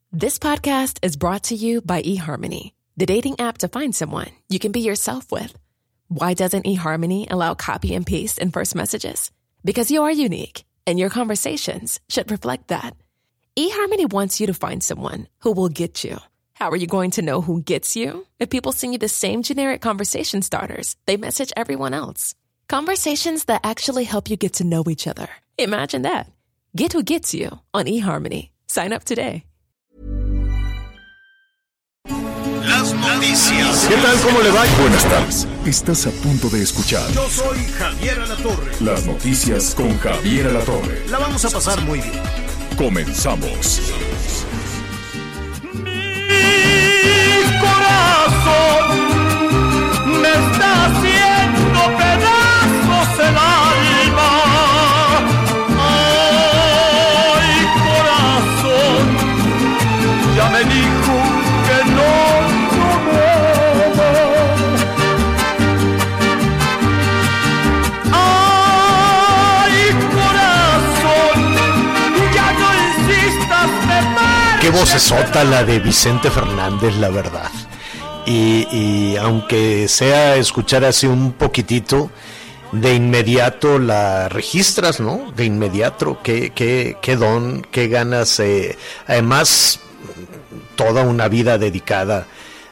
This podcast is brought to you by eHarmony, the dating app to find someone you can be yourself with. Why doesn't eHarmony allow copy and paste in first messages? Because you are unique, and your conversations should reflect that. eHarmony wants you to find someone who will get you. How are you going to know who gets you? If people send you the same generic conversation starters they message everyone else. Conversations that actually help you get to know each other. Imagine that. Get who gets you on eHarmony. Sign up today. Las noticias. ¿Qué tal? ¿Cómo le va? Buenas tardes. Estás a punto de escuchar. Yo soy Javier Alatorre. Las noticias con Javier Alatorre. La vamos a pasar muy bien. Comenzamos. Mi corazón me está haciendo pedazos el alma. Ay, corazón, ya me dijo que no. Qué vocesota la de Vicente Fernández, la verdad. Y aunque sea escuchar así un poquitito, de inmediato la registras, ¿no? De inmediato, qué don, qué ganas. Además, toda una vida dedicada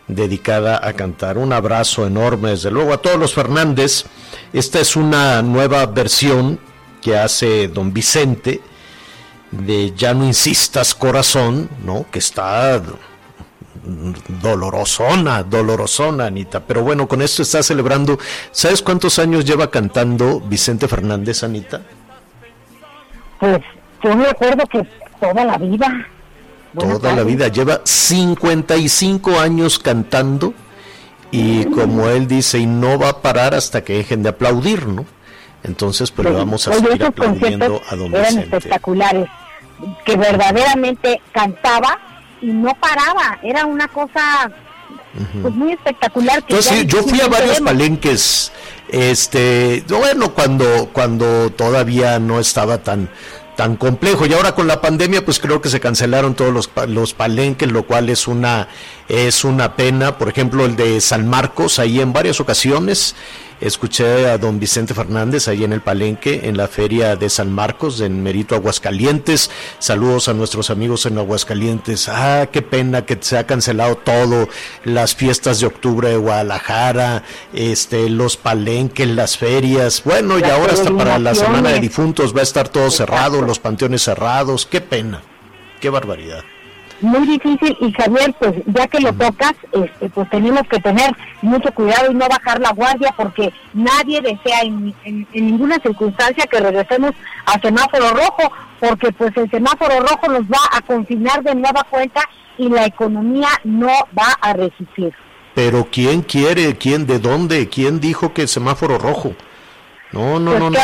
a cantar. Un abrazo enorme, desde luego, a todos los Fernández. Esta es una nueva versión que hace don Vicente de Ya no insistas corazón, ¿no? Que está dolorosona, Anita, pero bueno, con esto está celebrando. ¿Sabes cuántos años lleva cantando Vicente Fernández, Anita? Pues yo me acuerdo que toda la vida. Toda la vida, lleva 55 años cantando y como él dice, y no va a parar hasta que dejen de aplaudir, ¿no? Entonces, pues le vamos a seguir aplaudiendo a don Vicente. Eran espectaculares, que verdaderamente cantaba y no paraba, era una cosa pues muy espectacular. Que entonces, yo fui a varios palenques, bueno, cuando todavía no estaba tan complejo, y ahora con la pandemia pues creo que se cancelaron todos los palenques, lo cual es una pena. Por ejemplo, el de San Marcos, ahí en varias ocasiones escuché a don Vicente Fernández ahí en el palenque, en la feria de San Marcos, en Mérito, Aguascalientes. Saludos a nuestros amigos en Aguascalientes. Qué pena que se ha cancelado todo, las fiestas de octubre de Guadalajara, los palenques, las ferias, bueno, y ahora hasta para la semana de difuntos va a estar todo cerrado, los panteones cerrados. Qué pena, qué barbaridad. Muy difícil, y Javier, pues ya que lo tocas, pues tenemos que tener mucho cuidado y no bajar la guardia, porque nadie desea en ninguna circunstancia que regresemos a semáforo rojo, porque pues el semáforo rojo nos va a confinar de nueva cuenta y la economía no va a resistir. Pero ¿quién quiere? ¿Quién? ¿De dónde? ¿Quién dijo que el semáforo rojo? No,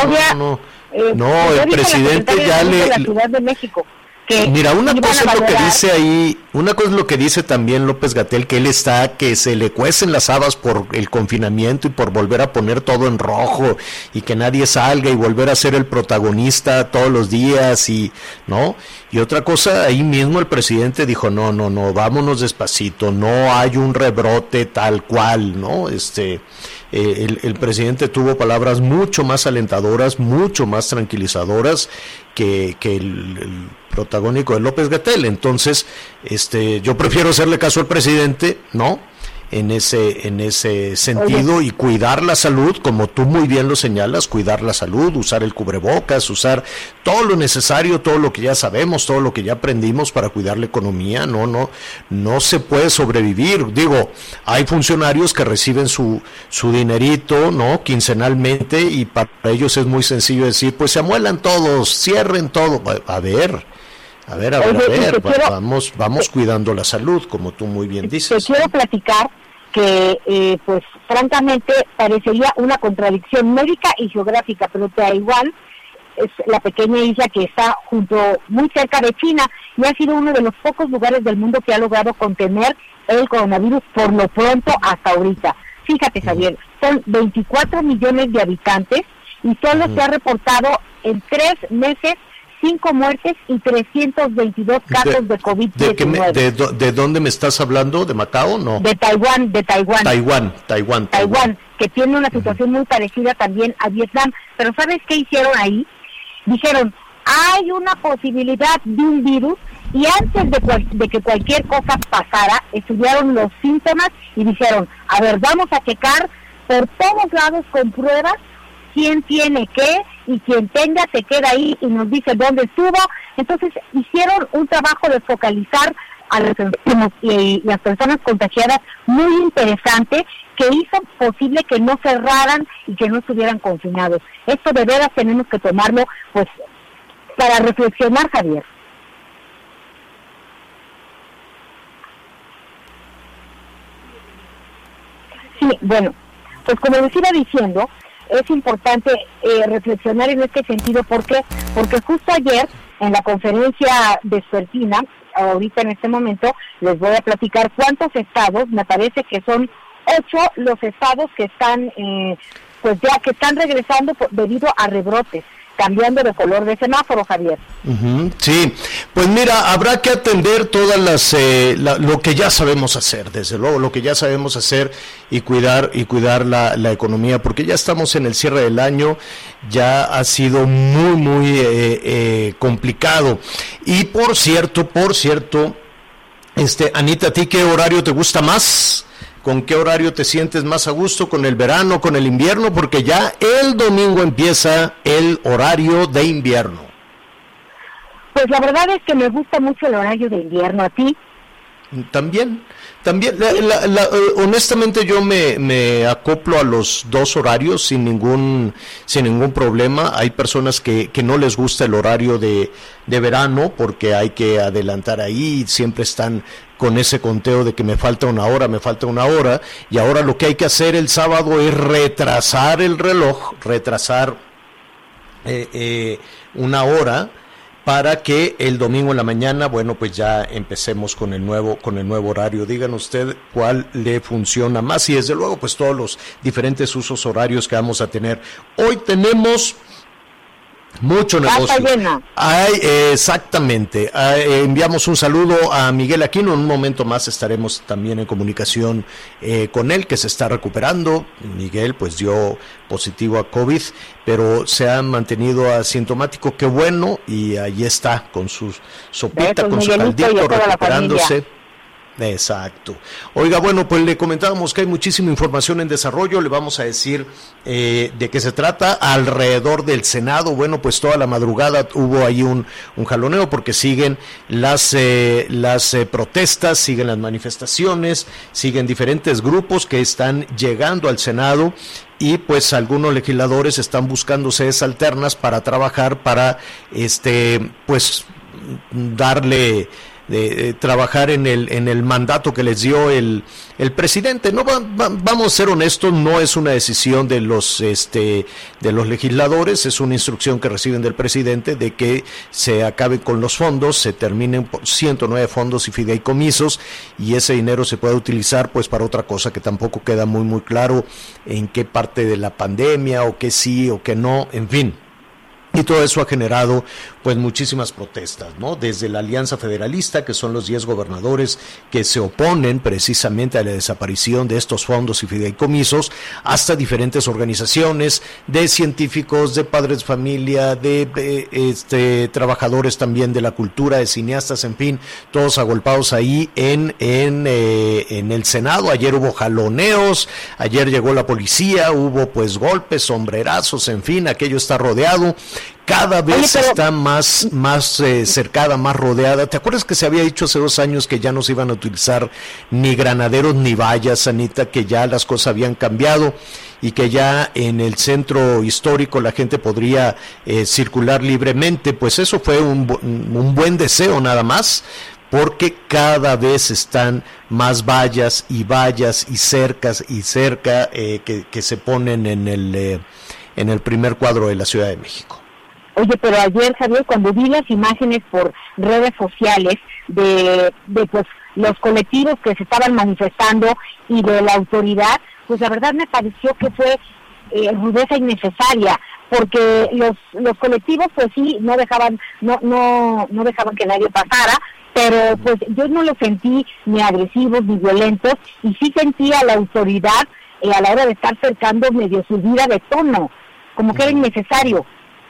el presidente ya de la Ciudad de México. Mira, una cosa es lo que dice ahí, una cosa es lo que dice también López-Gatell, que se le cuecen las habas por el confinamiento y por volver a poner todo en rojo y que nadie salga y volver a ser el protagonista todos los días, ¿no? Y otra cosa, ahí mismo el presidente dijo, no, vámonos despacito, no hay un rebrote tal cual, ¿no? El presidente tuvo palabras mucho más alentadoras, mucho más tranquilizadoras que el protagónico de López-Gatell. Entonces, yo prefiero hacerle caso al presidente, ¿no? En ese sentido. Oye, y cuidar la salud, como tú muy bien lo señalas, cuidar la salud, usar el cubrebocas, usar todo lo necesario, todo lo que ya sabemos, todo lo que ya aprendimos para cuidar la economía. No se puede sobrevivir. Digo, hay funcionarios que reciben su dinerito, ¿no? Quincenalmente, y para ellos es muy sencillo decir, pues se amuelan todos, cierren todo. A ver, vamos cuidando la salud, como tú muy bien dices. Te quiero platicar que, pues, francamente, parecería una contradicción médica y geográfica, pero que da igual, es la pequeña isla que está muy cerca de China, y ha sido uno de los pocos lugares del mundo que ha logrado contener el coronavirus por lo pronto hasta ahorita. Fíjate, Javier, son 24 millones de habitantes y solo se ha reportado en 3 meses 5 muertes y 322 casos de COVID-19. ¿De dónde me estás hablando? ¿De Macao? No. De Taiwán. Taiwán. Que tiene una situación muy parecida también a Vietnam. Pero ¿sabes qué hicieron ahí? Dijeron, hay una posibilidad de un virus, y antes de que cualquier cosa pasara, estudiaron los síntomas y dijeron, a ver, vamos a checar por todos lados con pruebas quién tiene qué, y quien tenga se queda ahí y nos dice dónde estuvo. Entonces hicieron un trabajo de focalizar a los enfermos y las personas contagiadas muy interesante, que hizo posible que no cerraran y que no estuvieran confinados. Esto de veras tenemos que tomarlo pues para reflexionar, Javier. Sí, bueno, pues como les iba diciendo, es importante reflexionar en este sentido. ¿Por qué? Porque justo ayer, en la conferencia vespertina, ahorita en este momento, les voy a platicar cuántos estados, me parece que son 8 los estados que están, pues ya que están regresando debido a rebrotes, cambiando de color de semáforo, Javier. Sí, pues mira, habrá que atender todas lo que ya sabemos hacer, desde luego, lo que ya sabemos hacer y cuidar la economía, porque ya estamos en el cierre del año, ya ha sido muy complicado. Y por cierto, Anita, ¿a ti qué horario te gusta más? ¿Con qué horario te sientes más a gusto? ¿Con el verano, con el invierno? Porque ya el domingo empieza el horario de invierno. Pues la verdad es que me gusta mucho el horario de invierno. ¿A ti? También, honestamente yo me acoplo a los dos horarios sin ningún problema. Hay personas que no les gusta el horario de verano porque hay que adelantar ahí, siempre están con ese conteo de que me falta una hora, y ahora lo que hay que hacer el sábado es retrasar el reloj, una hora, para que el domingo en la mañana, bueno, pues ya empecemos con el nuevo horario. Díganos usted cuál le funciona más, y desde luego pues todos los diferentes usos horarios que vamos a tener. Hoy tenemos mucho negocio. Exactamente. Enviamos un saludo a Miguel Aquino. En un momento más estaremos también en comunicación con él, que se está recuperando. Miguel pues dio positivo a COVID, pero se ha mantenido asintomático. Qué bueno, y ahí está con su sopita, con su caldito, recuperándose. Exacto. Oiga, bueno, pues le comentábamos que hay muchísima información en desarrollo. Le vamos a decir de qué se trata. Alrededor del Senado, bueno, pues toda la madrugada hubo ahí un jaloneo, porque siguen las protestas, siguen las manifestaciones, siguen diferentes grupos que están llegando al Senado, y pues algunos legisladores están buscando sedes alternas para trabajar, para pues darle trabajar en el mandato que les dio el presidente. No vamos a ser honestos, no es una decisión de los legisladores, es una instrucción que reciben del presidente de que se acabe con los fondos, se terminen por 109 fondos y fideicomisos, y ese dinero se puede utilizar pues para otra cosa que tampoco queda muy claro en qué parte de la pandemia, o qué sí o qué no, en fin. Y todo eso ha generado pues muchísimas protestas, ¿no? Desde la Alianza Federalista, que son los 10 gobernadores que se oponen precisamente a la desaparición de estos fondos y fideicomisos, hasta diferentes organizaciones de científicos, de padres de familia, de trabajadores también de la cultura, de cineastas, en fin, todos agolpados ahí en el Senado. Ayer hubo jaloneos, ayer llegó la policía, hubo pues golpes, sombrerazos, en fin, aquello está rodeado. Cada vez está más cercada, más rodeada. ¿Te acuerdas que se había dicho hace 2 años que ya no se iban a utilizar ni granaderos ni vallas, Anita, que ya las cosas habían cambiado y que ya en el centro histórico la gente podría circular libremente? Pues eso fue un buen deseo nada más, porque cada vez están más vallas y cercas y cerca que se ponen en el primer cuadro de la Ciudad de México. Oye, pero ayer, Javier, cuando vi las imágenes por redes sociales de pues los colectivos que se estaban manifestando y de la autoridad, pues la verdad me pareció que fue rudeza innecesaria, porque los colectivos pues sí no dejaban que nadie pasara, pero pues yo no los sentí ni agresivos ni violentos, y sí sentí a la autoridad a la hora de estar cercando medio subida de tono, como que era innecesario.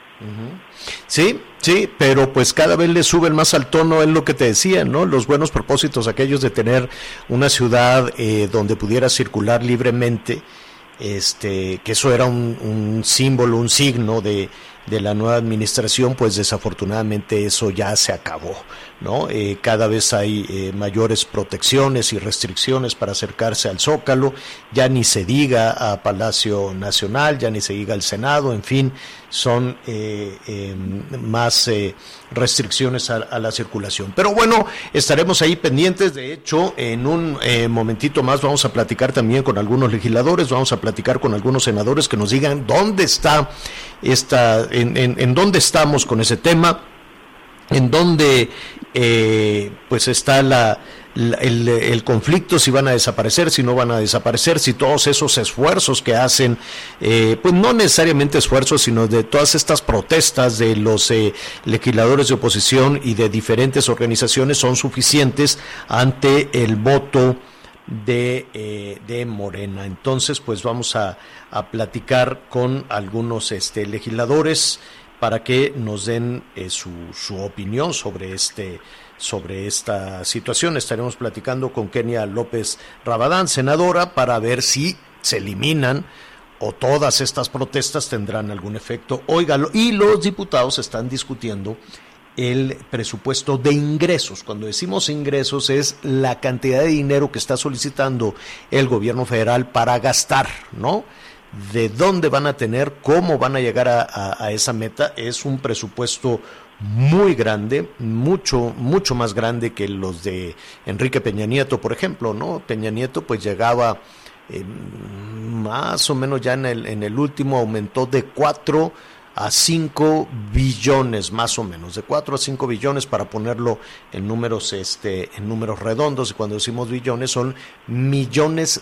Sí, pero pues cada vez le suben más al tono, es lo que te decía, ¿no? Los buenos propósitos, aquellos de tener una ciudad donde pudiera circular libremente, que eso era un símbolo, un signo de la nueva administración, pues desafortunadamente eso ya se acabó, ¿no? Cada vez hay mayores protecciones y restricciones para acercarse al Zócalo, ya ni se diga a Palacio Nacional, ya ni se diga al Senado, en fin, son más restricciones a la circulación. Pero bueno, estaremos ahí pendientes. De hecho, en un momentito más vamos a platicar también con algunos legisladores, vamos a platicar con algunos senadores que nos digan dónde está en dónde estamos con ese tema, en dónde pues está el conflicto, si van a desaparecer, si no van a desaparecer, si todos esos esfuerzos que hacen, pues no necesariamente esfuerzos, sino de todas estas protestas de los legisladores de oposición y de diferentes organizaciones son suficientes ante el voto de Morena. Entonces pues vamos a platicar con algunos legisladores para que nos den su opinión sobre esta situación. Estaremos platicando con Kenia López Rabadán, senadora, para ver si se eliminan o todas estas protestas tendrán algún efecto. Óigalo, y los diputados están discutiendo el presupuesto de ingresos. Cuando decimos ingresos es la cantidad de dinero que está solicitando el gobierno federal para gastar, ¿no? De dónde van a tener, cómo van a llegar a esa meta. Es un presupuesto muy grande, mucho más grande que los de Enrique Peña Nieto, por ejemplo, ¿no? Peña Nieto pues llegaba más o menos ya en el último aumentó de 4 a 5 billones, más o menos, de 4 a 5 billones para ponerlo en números redondos, y cuando decimos billones son millones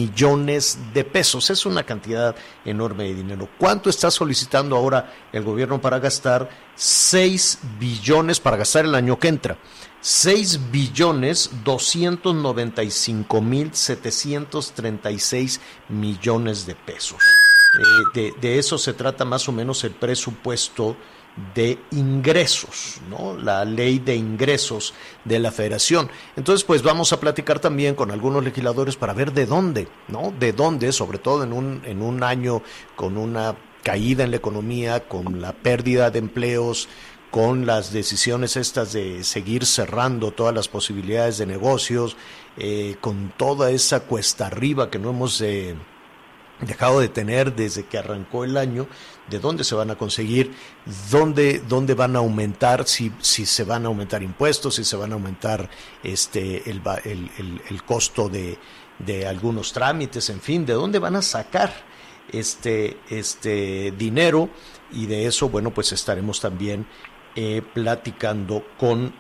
de pesos. Es una cantidad enorme de dinero. ¿Cuánto está solicitando ahora el gobierno para gastar? 6 billones para gastar el año que entra. 6 billones 295,736 millones de pesos. De eso se trata más o menos el presupuesto de ingresos, ¿no? La ley de ingresos de la Federación. Entonces, pues vamos a platicar también con algunos legisladores para ver de dónde, ¿no? De dónde, sobre todo en un año con una caída en la economía, con la pérdida de empleos, con las decisiones estas de seguir cerrando todas las posibilidades de negocios, con toda esa cuesta arriba que no hemos dejado de tener desde que arrancó el año. De dónde se van a conseguir, dónde van a aumentar, si se van a aumentar impuestos, si se van a aumentar el costo de algunos trámites, en fin, de dónde van a sacar este dinero. Y de eso, bueno, pues estaremos también platicando con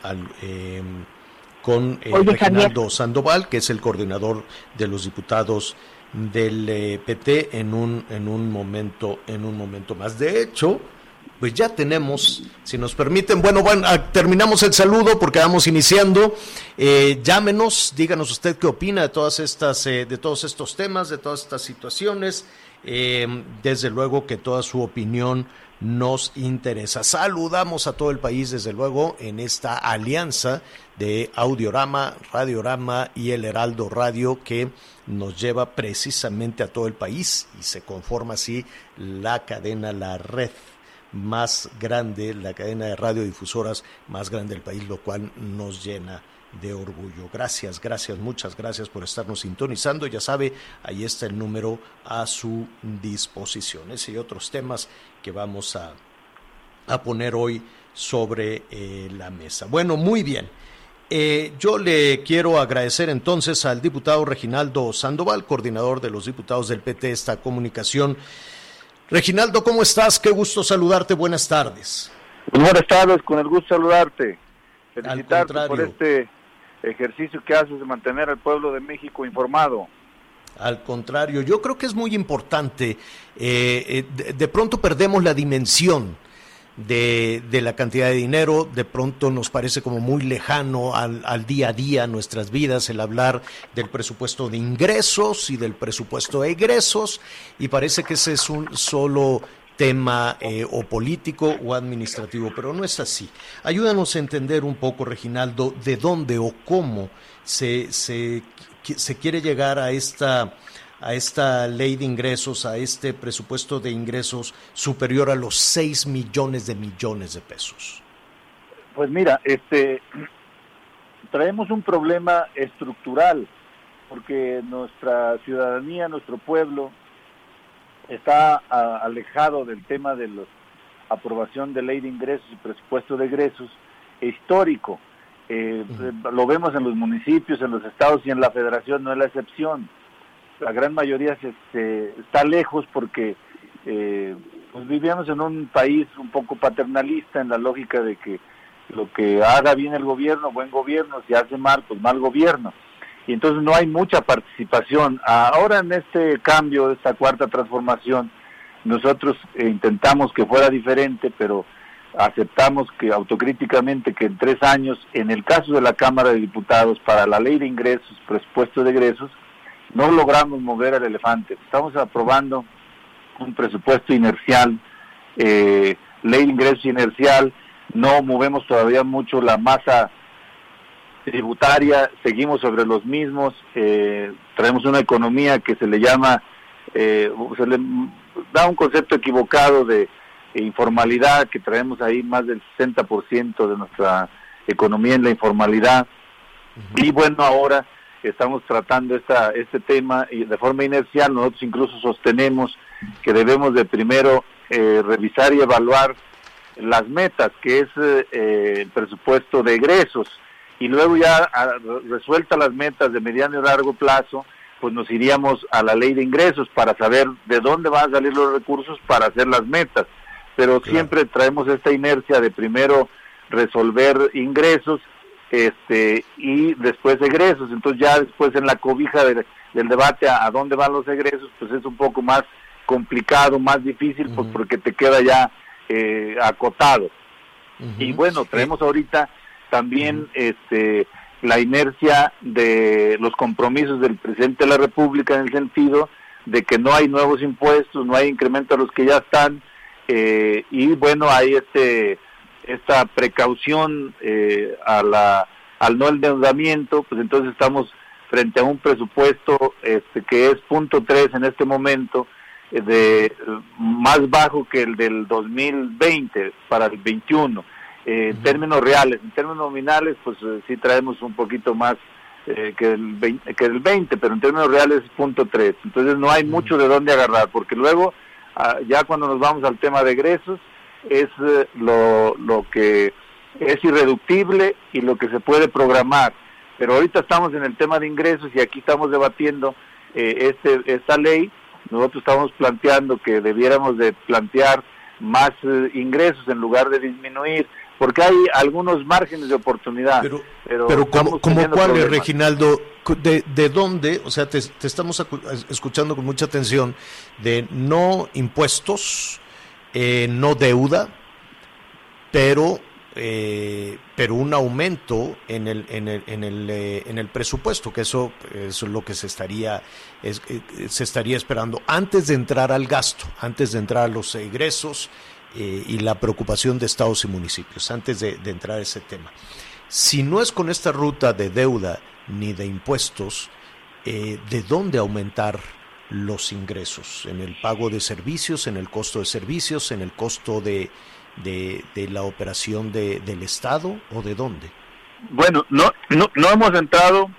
Reginaldo Sandoval, que es el coordinador de los diputados del PT en un momento más. De hecho, pues ya tenemos, si nos permiten, bueno, terminamos el saludo porque vamos iniciando. Llámenos, díganos usted qué opina de todos estos temas, de todas estas situaciones. Desde luego que toda su opinión nos interesa. Saludamos a todo el país, desde luego, en esta alianza de Audiorama, Radiorama y El Heraldo Radio, que nos lleva precisamente a todo el país, y se conforma así la cadena, la red más grande, la cadena de radiodifusoras más grande del país, lo cual nos llena de orgullo. Gracias, muchas gracias por estarnos sintonizando. Ya sabe, ahí está el número a su disposición. Ese y otros temas que vamos a poner hoy sobre la mesa. Bueno, muy bien. Yo le quiero agradecer entonces al diputado Reginaldo Sandoval, coordinador de los diputados del PT, esta comunicación. Reginaldo, ¿cómo estás? Qué gusto saludarte. Buenas tardes. Buenas tardes, con el gusto de saludarte. Felicitarte por este ejercicio que haces de mantener al pueblo de México informado. Al contrario, yo creo que es muy importante. De pronto perdemos la dimensión de la cantidad de dinero, de pronto nos parece como muy lejano al día a día, nuestras vidas, el hablar del presupuesto de ingresos y del presupuesto de egresos, y parece que ese es un solo tema o político o administrativo, pero no es así. Ayúdanos a entender un poco, Reginaldo, de dónde o cómo se quiere llegar a esta ley de ingresos, a este presupuesto de ingresos superior a los 6 millones de pesos. Pues mira, traemos un problema estructural, porque nuestra ciudadanía, nuestro pueblo, está alejado del tema de la aprobación de ley de ingresos y presupuesto de egresos histórico. Lo vemos en los municipios, en los estados y en la federación, no es la excepción. La gran mayoría está lejos porque pues vivíamos en un país un poco paternalista, en la lógica de que lo que haga bien el gobierno, buen gobierno, si hace mal, pues mal gobierno. Y entonces no hay mucha participación. Ahora en este cambio, esta cuarta transformación, nosotros intentamos que fuera diferente, pero aceptamos que autocríticamente que en 3 años, en el caso de la Cámara de Diputados, para la ley de ingresos, presupuesto de egresos, no logramos mover al elefante. Estamos aprobando un presupuesto inercial, ley de ingresos inercial, no movemos todavía mucho la masa tributaria, seguimos sobre los mismos, traemos una economía que se le llama, se le da un concepto equivocado de informalidad, que traemos ahí más del 60% de nuestra economía en la informalidad. Y bueno, ahora estamos tratando este tema y de forma inercial. Nosotros incluso sostenemos que debemos de primero revisar y evaluar las metas, que es el presupuesto de egresos, y luego ya resueltas las metas de mediano y largo plazo, pues nos iríamos a la ley de ingresos para saber de dónde van a salir los recursos para hacer las metas. Pero claro, siempre traemos esta inercia de primero resolver ingresos y después egresos. Entonces ya después en la cobija del debate a dónde van los egresos, pues es un poco más complicado, más difícil, pues porque te queda ya acotado. Y bueno, traemos ahorita también la inercia de los compromisos del presidente de la República, en el sentido de que no hay nuevos impuestos, no hay incremento a los que ya están, y bueno, hay esta precaución al no endeudamiento. Pues entonces estamos frente a un presupuesto que es 0.3 en este momento, de más bajo que el del 2020 para el 21. En términos reales, en términos nominales, pues sí traemos un poquito más que el 20, pero en términos reales es 0.3. Entonces no hay mucho de dónde agarrar, porque luego ya cuando nos vamos al tema de egresos es lo que es irreductible y lo que se puede programar. Pero ahorita estamos en el tema de ingresos y aquí estamos debatiendo esta ley. Nosotros estamos planteando que debiéramos de plantear más ingresos en lugar de disminuir, porque hay algunos márgenes de oportunidad. Pero ¿como cuáles, Reginaldo? ¿De dónde? O sea, te estamos escuchando con mucha atención, de no impuestos, no deuda, pero un aumento en el presupuesto, que eso es lo que se estaría esperando antes de entrar al gasto, antes de entrar a los egresos y la preocupación de estados y municipios, antes de entrar a ese tema. Si no es con esta ruta de deuda ni de impuestos, ¿de dónde aumentar los ingresos? ¿En el pago de servicios, en el costo de servicios, en el costo de la operación del Estado, o de dónde? Bueno, no hemos entrado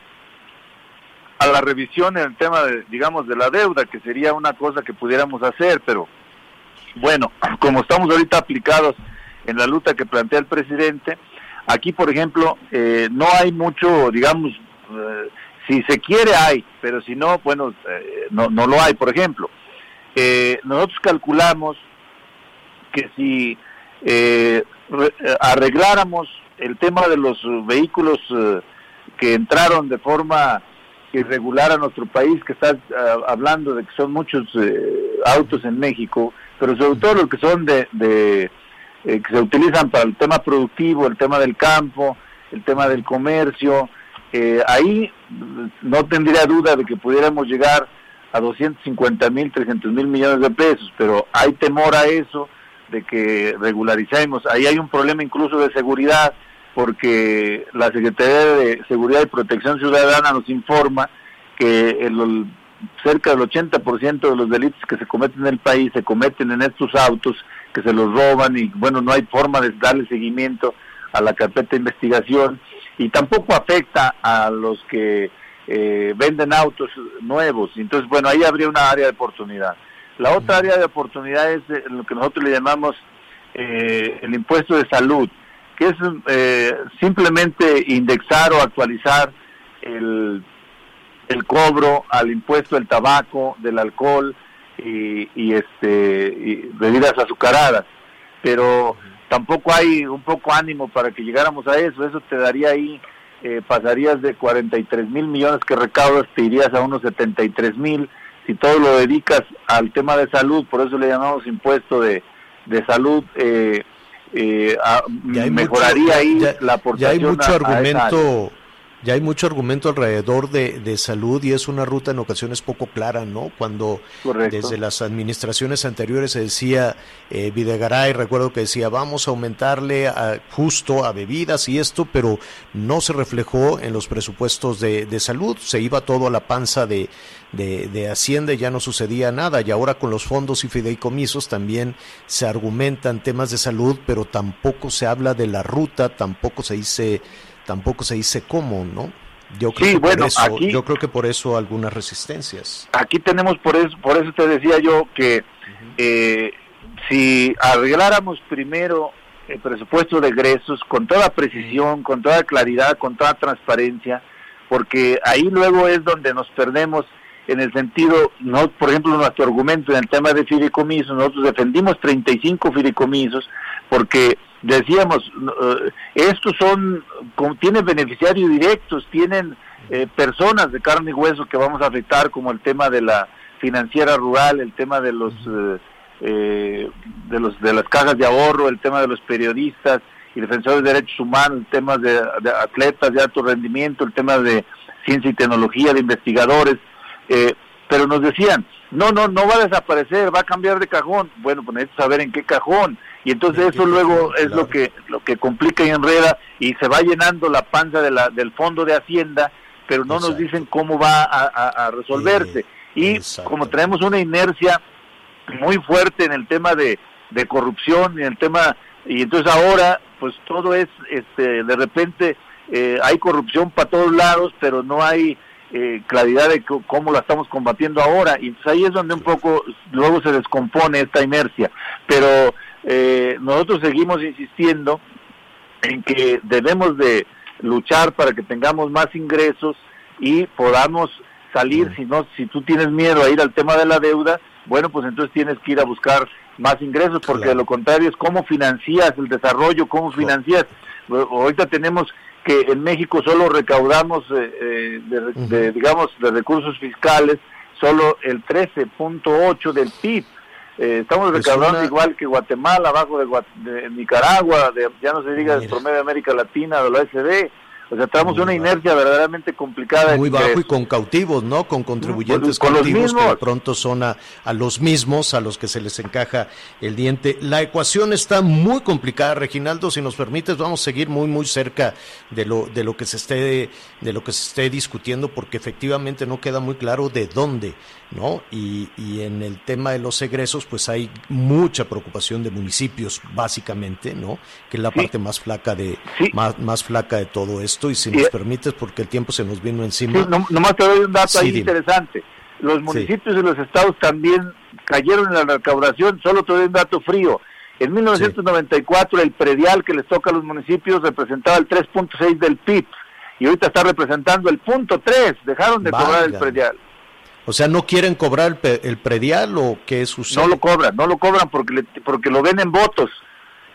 a la revisión en el tema de la deuda, que sería una cosa que pudiéramos hacer, pero bueno, como estamos ahorita aplicados en la lucha que plantea el presidente, aquí por ejemplo no hay mucho, si se quiere hay, pero si no, bueno, no lo hay. Por ejemplo, nosotros calculamos que si arregláramos el tema de los vehículos que entraron de forma irregular a nuestro país, que estás hablando de que son muchos autos en México, pero sobre todo los que son que se utilizan para el tema productivo, el tema del campo, el tema del comercio. Ahí no tendría duda de que pudiéramos llegar a 250,000, 300,000 millones de pesos, pero hay temor a eso, de que regularicemos. Ahí hay un problema incluso de seguridad, porque la Secretaría de Seguridad y Protección Ciudadana nos informa que cerca del 80% de los delitos que se cometen en el país se cometen en estos autos, que se los roban, y bueno, no hay forma de darle seguimiento a la carpeta de investigación, y tampoco afecta a los que venden autos nuevos. Entonces, bueno, ahí habría una área de oportunidad. La otra área de oportunidad es lo que nosotros le llamamos el impuesto de salud, que es simplemente indexar o actualizar el cobro al impuesto del tabaco, del alcohol y bebidas azucaradas, pero tampoco hay un poco ánimo para que llegáramos a eso. Eso te daría ahí, pasarías de 43,000 millones que recaudas, te irías a unos 73,000. Si todo lo dedicas al tema de salud, por eso le llamamos impuesto de salud, mejoraría ahí la aportación. Ya hay mucho argumento. Ya hay mucho argumento alrededor de salud, y es una ruta en ocasiones poco clara, ¿no? Cuando desde las administraciones anteriores se decía, Videgaray, recuerdo que decía, vamos a aumentarle justo a bebidas y esto, pero no se reflejó en los presupuestos de salud, se iba todo a la panza de Hacienda y ya no sucedía nada. Y ahora con los fondos y fideicomisos también se argumentan temas de salud, pero tampoco se habla de la ruta, tampoco se dice cómo, ¿no? Yo creo que por eso algunas resistencias. Aquí tenemos, por eso te decía yo que si arregláramos primero el presupuesto de egresos con toda precisión, con toda claridad, con toda transparencia, porque ahí luego es donde nos perdemos en el sentido, no, por ejemplo, nuestro argumento en el tema de fideicomisos, nosotros defendimos 35 fideicomisos porque decíamos, estos tienen beneficiarios directos, tienen personas de carne y hueso que vamos a afectar, como el tema de la financiera rural, el tema de las cajas de ahorro, el tema de los periodistas y defensores de derechos humanos, el tema de atletas de alto rendimiento, el tema de ciencia y tecnología, de investigadores, pero nos decían, no va a desaparecer, va a cambiar de cajón. Bueno, pues necesito saber en qué cajón. Y entonces eso luego es lo que complica y enreda, y se va llenando la panza del fondo de Hacienda, pero no nos dicen cómo va a resolverse. Y como traemos una inercia muy fuerte en el tema de corrupción, en el tema, y entonces ahora pues todo es, de repente hay corrupción para todos lados, pero no hay claridad de cómo la estamos combatiendo ahora, y entonces ahí es donde un poco luego se descompone esta inercia. Pero nosotros seguimos insistiendo en que debemos de luchar para que tengamos más ingresos y podamos salir. Si tú tienes miedo a ir al tema de la deuda, bueno, pues entonces tienes que ir a buscar más ingresos, porque de lo contrario es cómo financias el desarrollo, cómo financias. Ahorita tenemos que en México solo recaudamos de recursos fiscales solo el 13.8 del PIB. Estamos recaudando igual que Guatemala, abajo de Nicaragua, ya no se diga del promedio de América Latina, de la OSD. O sea, estamos en una inercia verdaderamente complicada. Muy bajo y con cautivos, ¿no? Con contribuyentes cautivos que de pronto son a los mismos a los que se les encaja el diente. La ecuación está muy complicada, Reginaldo. Si nos permites, vamos a seguir muy, muy cerca de lo que se esté discutiendo, porque efectivamente no queda muy claro de dónde, ¿no? Y en el tema de los egresos, pues hay mucha preocupación de municipios, básicamente, ¿no? Que es la parte más flaca más flaca de todo esto. Y si nos permites, porque el tiempo se nos vino encima. Sí, nomás te doy un dato ahí interesante. Los municipios y los estados también cayeron en la recaudación. Solo te doy un dato frío. En 1994 el predial que les toca a los municipios representaba el 3.6 del PIB, y ahorita está representando el 0.3. Dejaron de cobrar el predial. O sea, ¿no quieren cobrar el predial o qué sucede? No lo cobran porque lo ven en votos.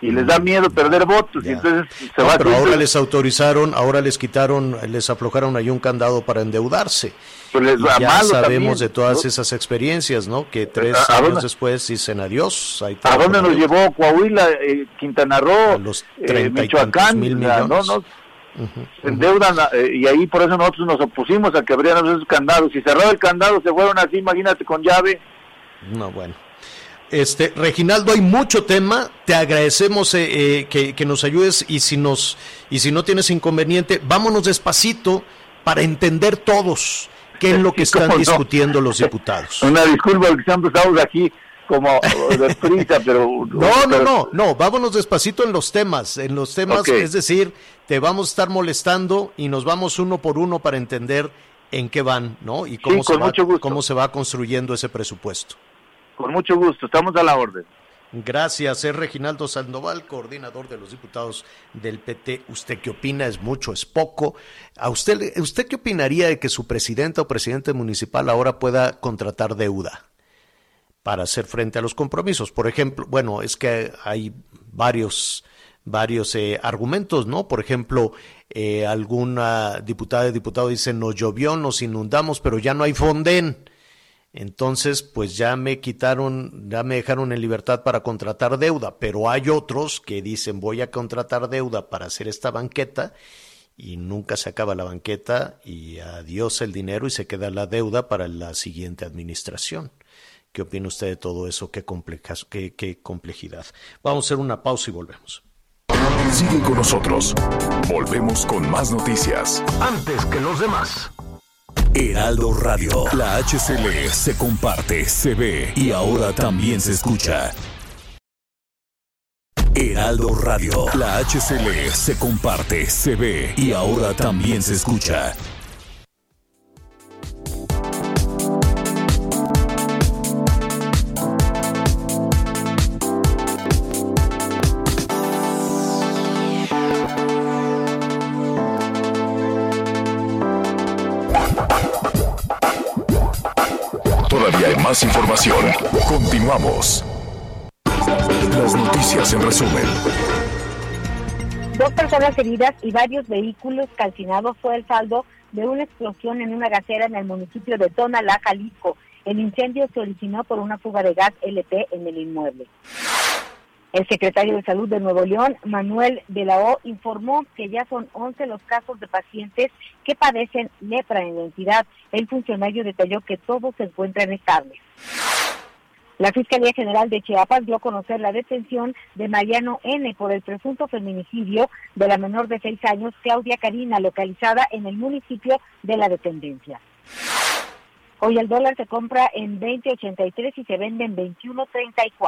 y les da miedo perder votos, Ya. y entonces se No, va pero haciendo- ahora les autorizaron, ahora les quitaron, les aflojaron ahí un candado para endeudarse. pues les Y va ya malo sabemos también, de todas ¿no? esas experiencias, ¿no? Que 3 ¿A años dónde? después dicen adiós. Ahí te ¿A va dónde con nos Dios. llevó Coahuila, Quintana Roo, A los 30 y Michoacán? tantos mil millones. No, se endeudan, y ahí por eso nosotros nos opusimos a que abrieran esos candados. Si cerraba el candado se fueron así, imagínate, con llave. No, bueno. Reginaldo, hay mucho tema. Te agradecemos que nos ayudes y si no tienes inconveniente, vámonos despacito para entender todos qué es lo que están ¿Cómo no? discutiendo los diputados. Una disculpa porque siempre estamos aquí como de prisa, pero... No, vámonos despacito en los temas, Ok. es decir, te vamos a estar molestando y nos vamos uno por uno para entender en qué van, ¿no? Y cómo, Sí, con mucho gusto. cómo se va construyendo ese presupuesto. Con mucho gusto, estamos a la orden. Gracias, es Reginaldo Sandoval, coordinador de los diputados del PT. ¿Usted qué opina? ¿Es mucho? ¿Es poco? ¿Usted qué opinaría de que su presidenta o presidente municipal ahora pueda contratar deuda para hacer frente a los compromisos? Por ejemplo, bueno, es que hay varios argumentos, ¿no? Por ejemplo, alguna diputada o diputado dice, nos llovió, nos inundamos, pero ya no hay Fonden. Entonces, pues ya me dejaron en libertad para contratar deuda, pero hay otros que dicen voy a contratar deuda para hacer esta banqueta y nunca se acaba la banqueta y adiós el dinero y se queda la deuda para la siguiente administración. ¿Qué opina usted de todo eso? ¿Qué complejidad? Vamos a hacer una pausa y volvemos. Sigue con nosotros. Volvemos con más noticias. Antes que los demás. Heraldo Radio. La HCL se comparte, se ve y ahora también se escucha. Heraldo Radio. La HCL se comparte, se ve y ahora también se escucha. Todavía hay más información. Continuamos. Las noticias en resumen. 2 personas heridas y varios vehículos calcinados fue el saldo de una explosión en una gasera en el municipio de Tonalá, Jalisco. El incendio se originó por una fuga de gas LP en el inmueble. El secretario de Salud de Nuevo León, Manuel de la O, informó que ya son 11 los casos de pacientes que padecen lepra en la entidad. El funcionario detalló que todos se encuentran estables. La Fiscalía General de Chiapas dio a conocer la detención de Mariano N. por el presunto feminicidio de la menor de 6 años, Claudia Karina, localizada en el municipio de La Dependencia. Hoy el dólar se compra en 20.83 y se vende en 21.34.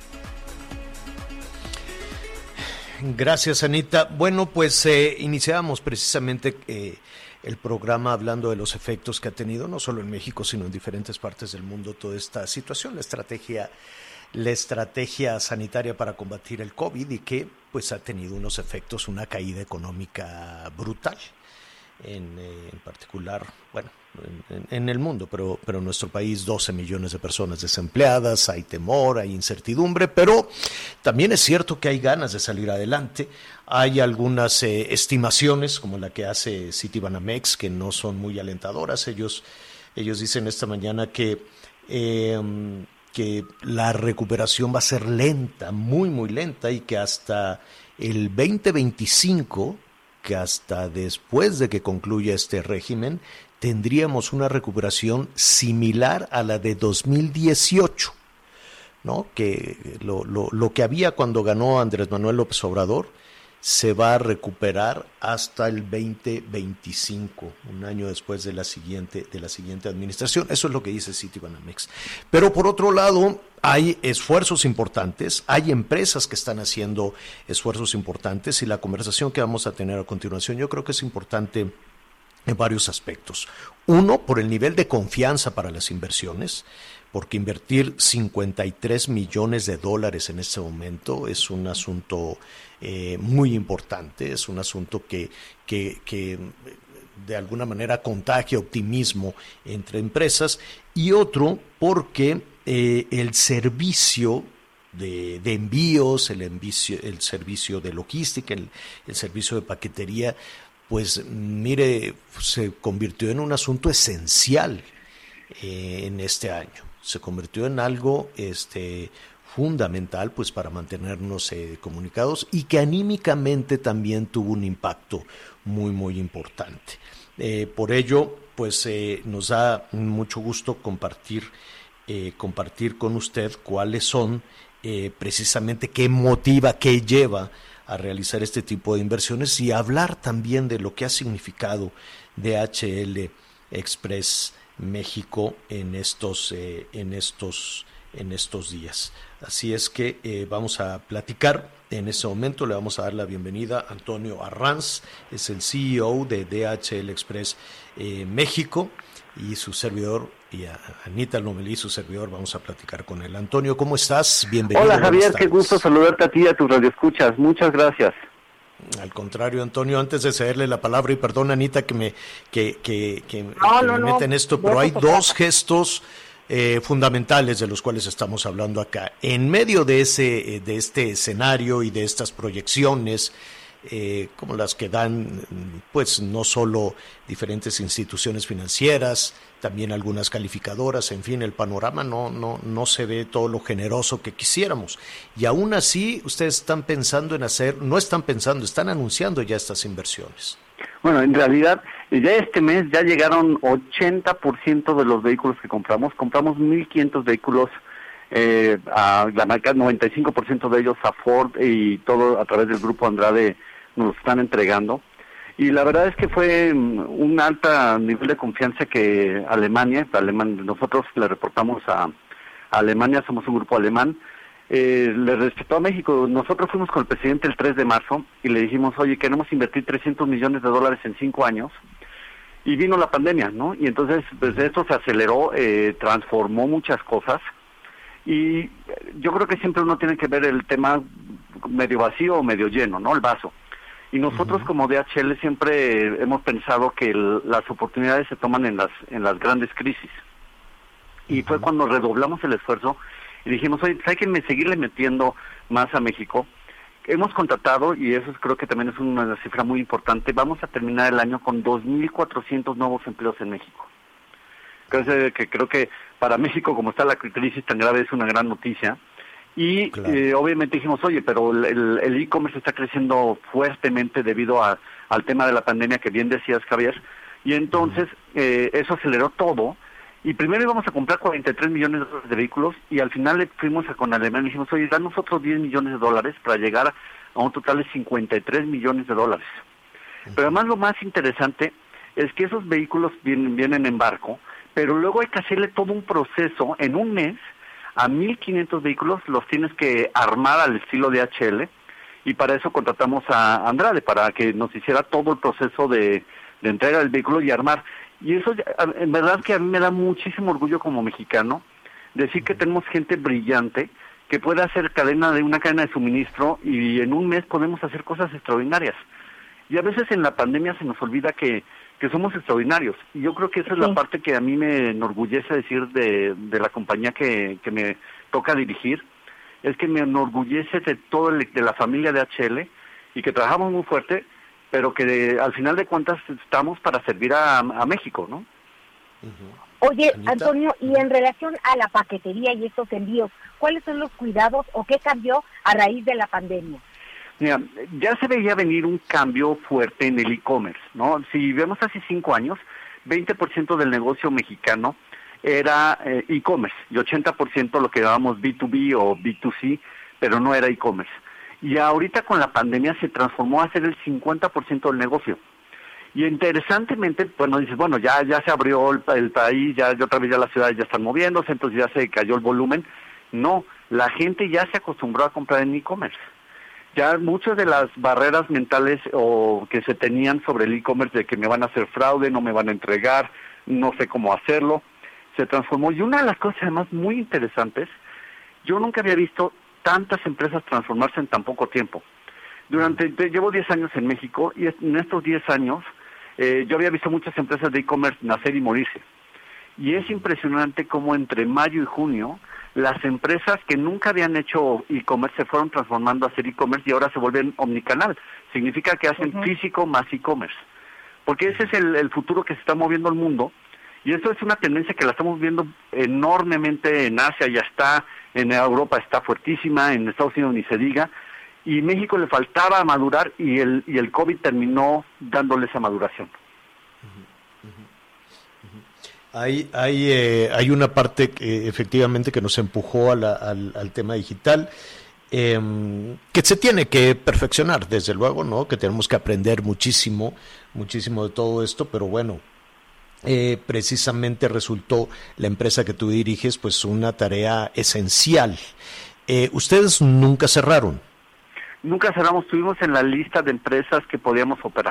Gracias, Anita. Bueno, pues iniciamos precisamente el programa hablando de los efectos que ha tenido, no solo en México, sino en diferentes partes del mundo, toda esta situación, la estrategia sanitaria para combatir el COVID y que pues ha tenido unos efectos, una caída económica brutal, en particular, bueno, en el mundo, pero en nuestro país 12 millones de personas desempleadas, hay temor, hay incertidumbre, pero también es cierto que hay ganas de salir adelante. Hay algunas estimaciones, como la que hace Citibanamex, que no son muy alentadoras. Ellos dicen esta mañana que la recuperación va a ser lenta, muy, muy lenta, y que hasta el 2025, que hasta después de que concluya este régimen, tendríamos una recuperación similar a la de 2018, ¿no? Que lo que había cuando ganó Andrés Manuel López Obrador se va a recuperar hasta el 2025, un año después de la siguiente administración. Eso es lo que dice Citibanamex. Pero por otro lado, hay esfuerzos importantes, hay empresas que están haciendo esfuerzos importantes, y la conversación que vamos a tener a continuación yo creo que es importante en varios aspectos. Uno, por el nivel de confianza para las inversiones, porque invertir 53 millones de dólares en este momento es un asunto muy importante, es un asunto que de alguna manera contagia optimismo entre empresas. Y otro, porque el servicio de envíos, el servicio de logística, el servicio de paquetería, pues mire, se convirtió en un asunto esencial en este año. Se convirtió en algo fundamental, pues, para mantenernos comunicados, y que anímicamente también tuvo un impacto muy, muy importante. Por ello, pues nos da mucho gusto compartir con usted cuáles son precisamente, qué motiva, qué lleva a realizar este tipo de inversiones, y hablar también de lo que ha significado DHL Express México en estos días. Así es que vamos a platicar. En ese momento le vamos a dar la bienvenida a Antonio Arranz, es el CEO de DHL Express México, y su servidor, y a Anita Lomelí, su servidor, vamos a platicar con él. Antonio, ¿cómo estás? Bienvenido. Hola Javier, qué gusto saludarte a ti y a tus radioescuchas. Muchas gracias. Al contrario, Antonio, antes de cederle la palabra, y perdón, Anita, que me meta en esto, pero hay dos gestos fundamentales de los cuales estamos hablando acá. En medio de este escenario y de estas proyecciones, como las que dan, pues, no solo diferentes instituciones financieras, también algunas calificadoras, en fin, el panorama no se ve todo lo generoso que quisiéramos. Y aún así, ustedes están anunciando ya estas inversiones. Bueno, en realidad, ya este mes ya llegaron 80% de los vehículos que compramos. Compramos 1,500 vehículos, a la marca, 95% de ellos a Ford, y todo a través del Grupo Andrade nos están entregando. Y la verdad es que fue un alto nivel de confianza que nosotros le reportamos a Alemania, somos un grupo alemán, le respetó a México. Nosotros fuimos con el presidente el 3 de marzo y le dijimos, oye, queremos invertir $300 millones en 5 años, y vino la pandemia, ¿no? Y entonces, pues esto se aceleró, transformó muchas cosas, y yo creo que siempre uno tiene que ver el tema medio vacío o medio lleno, ¿no? El vaso. Y nosotros como DHL siempre hemos pensado que las oportunidades se toman en las grandes crisis. Y fue cuando redoblamos el esfuerzo y dijimos, oye, hay que seguirle metiendo más a México. Hemos contratado, y eso creo que también es una cifra muy importante, vamos a terminar el año con 2,400 nuevos empleos en México. Creo que para México, como está la crisis tan grave, es una gran noticia. Y claro, obviamente dijimos, oye, pero el e-commerce está creciendo fuertemente debido al tema de la pandemia que bien decías, Javier, y entonces eso aceleró todo, y primero íbamos a comprar $43 millones de vehículos, y al final le fuimos con Alemania y dijimos, oye, danos otros $10 millones para llegar a un total de $53 millones. Pero además lo más interesante es que esos vehículos vienen en barco, pero luego hay que hacerle todo un proceso en un mes. A 1,500 vehículos los tienes que armar al estilo de DHL, y para eso contratamos a Andrade, para que nos hiciera todo el proceso de entrega del vehículo y armar. Y eso, en verdad, que a mí me da muchísimo orgullo como mexicano, decir que tenemos gente brillante que puede hacer una cadena de suministro, y en un mes podemos hacer cosas extraordinarias. Y a veces en la pandemia se nos olvida que somos extraordinarios, y yo creo que esa es la parte que a mí me enorgullece decir de la compañía que me toca dirigir, es que me enorgullece de de la familia de DHL, y que trabajamos muy fuerte, pero que al final de cuentas estamos para servir a México, ¿no? Oye, Antonio, y en relación a la paquetería y estos envíos, ¿cuáles son los cuidados o qué cambió a raíz de la pandemia? Mira, ya se veía venir un cambio fuerte en el e-commerce, ¿no? Si vemos hace 5 años, 20% del negocio mexicano era e-commerce, y 80% lo que llamábamos B2B o B2C, pero no era e-commerce. Y ahorita con la pandemia se transformó a ser el 50% del negocio. Y interesantemente, bueno, dices, bueno, ya se abrió el país, ya otra vez ya las ciudades ya están moviéndose, entonces ya se cayó el volumen. No, la gente ya se acostumbró a comprar en e-commerce. Ya muchas de las barreras mentales o que se tenían sobre el e-commerce, de que me van a hacer fraude, no me van a entregar, no sé cómo hacerlo, se transformó. Y una de las cosas además muy interesantes, yo nunca había visto tantas empresas transformarse en tan poco tiempo. Llevo 10 años en México, y en estos 10 años yo había visto muchas empresas de e-commerce nacer y morirse. Y es impresionante cómo entre mayo y junio las empresas que nunca habían hecho e-commerce se fueron transformando a hacer e-commerce y ahora se vuelven omnicanal. Significa que hacen físico más e-commerce. Porque ese es el futuro que se está moviendo el mundo. Y eso es una tendencia que la estamos viendo enormemente en Asia, ya está, en Europa está fuertísima, en Estados Unidos ni se diga. Y México le faltaba madurar y el COVID terminó dándole esa maduración. Hay una parte que, efectivamente, que nos empujó al tema digital, que se tiene que perfeccionar, desde luego, ¿no? Que tenemos que aprender muchísimo de todo esto, pero bueno, precisamente resultó la empresa que tú diriges, pues una tarea esencial. ¿Ustedes nunca cerraron? Nunca cerramos, estuvimos en la lista de empresas que podíamos operar.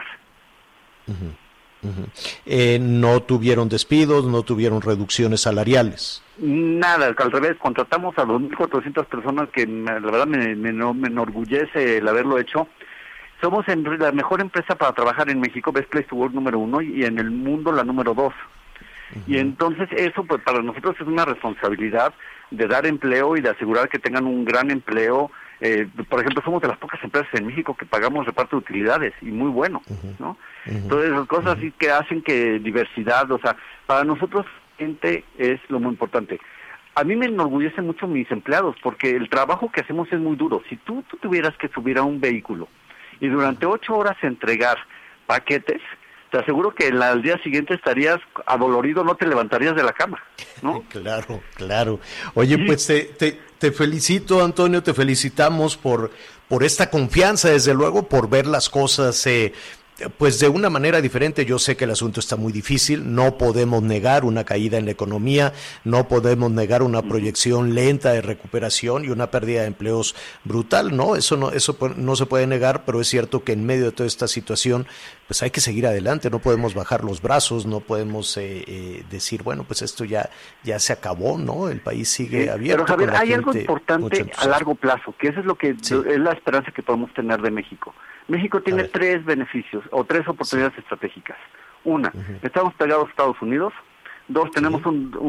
¿No tuvieron despidos, no tuvieron reducciones salariales? Nada, al revés, contratamos a 2.400 personas, que la verdad me enorgullece el haberlo hecho. Somos la mejor empresa para trabajar en México, Best Place to Work número 1 y en el mundo la número 2. Y entonces eso pues para nosotros es una responsabilidad de dar empleo y de asegurar que tengan un gran empleo. Por ejemplo, somos de las pocas empresas en México que pagamos reparto de utilidades y muy bueno, ¿no? Entonces, las cosas así que hacen que diversidad, o sea, para nosotros gente es lo muy importante. A mí me enorgullecen mucho mis empleados porque el trabajo que hacemos es muy duro. Si tú tuvieras que subir a un vehículo y durante 8 horas entregar paquetes, te aseguro que al día siguiente estarías adolorido, no te levantarías de la cama, ¿no? Claro. Oye, pues te felicito, Antonio, te felicitamos por esta confianza, desde luego, por ver las cosas pues de una manera diferente. Yo sé que el asunto está muy difícil, no podemos negar una caída en la economía, no podemos negar una proyección lenta de recuperación y una pérdida de empleos brutal, ¿no? Eso no se puede negar, pero es cierto que en medio de toda esta situación, pues hay que seguir adelante, no podemos bajar los brazos, no podemos decir, bueno, pues esto ya se acabó, ¿no? El país sigue abierto. Pero Javier, hay algo importante a largo plazo, que eso es lo que es la esperanza que podemos tener de México. México tiene 3 beneficios o 3 oportunidades estratégicas. Una, estamos pegados a Estados Unidos. 2, tenemos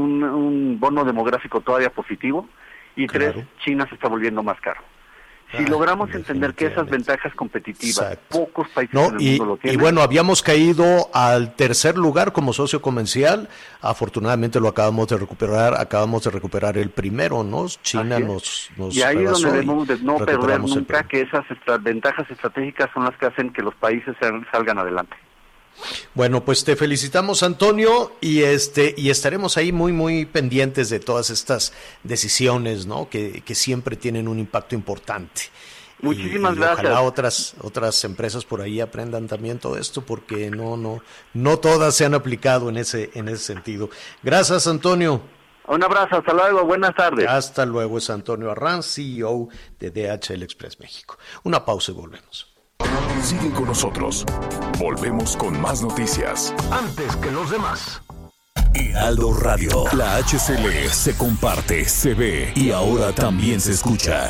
un bono demográfico todavía positivo. Y 3, China se está volviendo más caro. Si logramos entender que esas ventajas competitivas, pocos países en el mundo lo tienen. Y bueno, habíamos caído al 3er lugar como socio comercial. Afortunadamente lo acabamos de recuperar el primero, ¿no? China nos y ahí es donde debemos de no perder nunca que esas ventajas estratégicas son las que hacen que los países salgan adelante. Bueno, pues te felicitamos, Antonio, y estaremos ahí muy muy pendientes de todas estas decisiones, ¿no? Que siempre tienen un impacto importante. Muchísimas gracias. Ojalá otras empresas por ahí aprendan también todo esto, porque no todas se han aplicado en ese sentido. Gracias, Antonio. Un abrazo, hasta luego, buenas tardes. Hasta luego, es Antonio Arranz, CEO de DHL Express México. Una pausa y volvemos. Sigue con nosotros. Volvemos con más noticias. Antes que los demás. Heraldo Radio. La HCL se comparte, se ve y ahora también se escucha.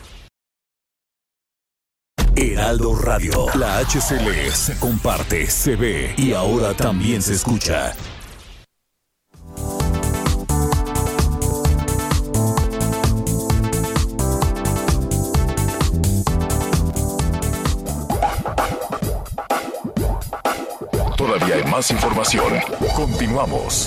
Heraldo Radio. La HCL se comparte, se ve y ahora también se escucha. Todavía hay más información. Continuamos.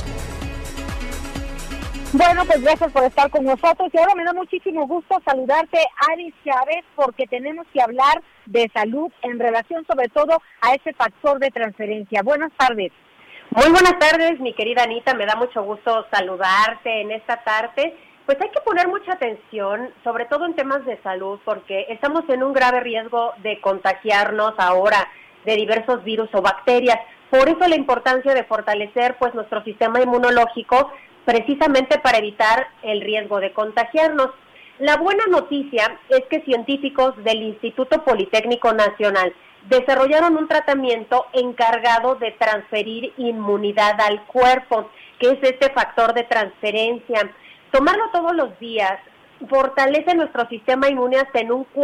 Bueno, pues gracias por estar con nosotros y ahora me da muchísimo gusto saludarte, Aris Chávez, porque tenemos que hablar de salud en relación sobre todo a ese factor de transferencia. Buenas tardes. Muy buenas tardes, mi querida Anita, me da mucho gusto saludarte en esta tarde. Pues hay que poner mucha atención, sobre todo en temas de salud, porque estamos en un grave riesgo de contagiarnos ahora de diversos virus o bacterias. Por eso la importancia de fortalecer pues nuestro sistema inmunológico, precisamente para evitar el riesgo de contagiarnos. La buena noticia es que científicos del Instituto Politécnico Nacional desarrollaron un tratamiento encargado de transferir inmunidad al cuerpo, que es este factor de transferencia. Tomarlo todos los días fortalece nuestro sistema inmune hasta en un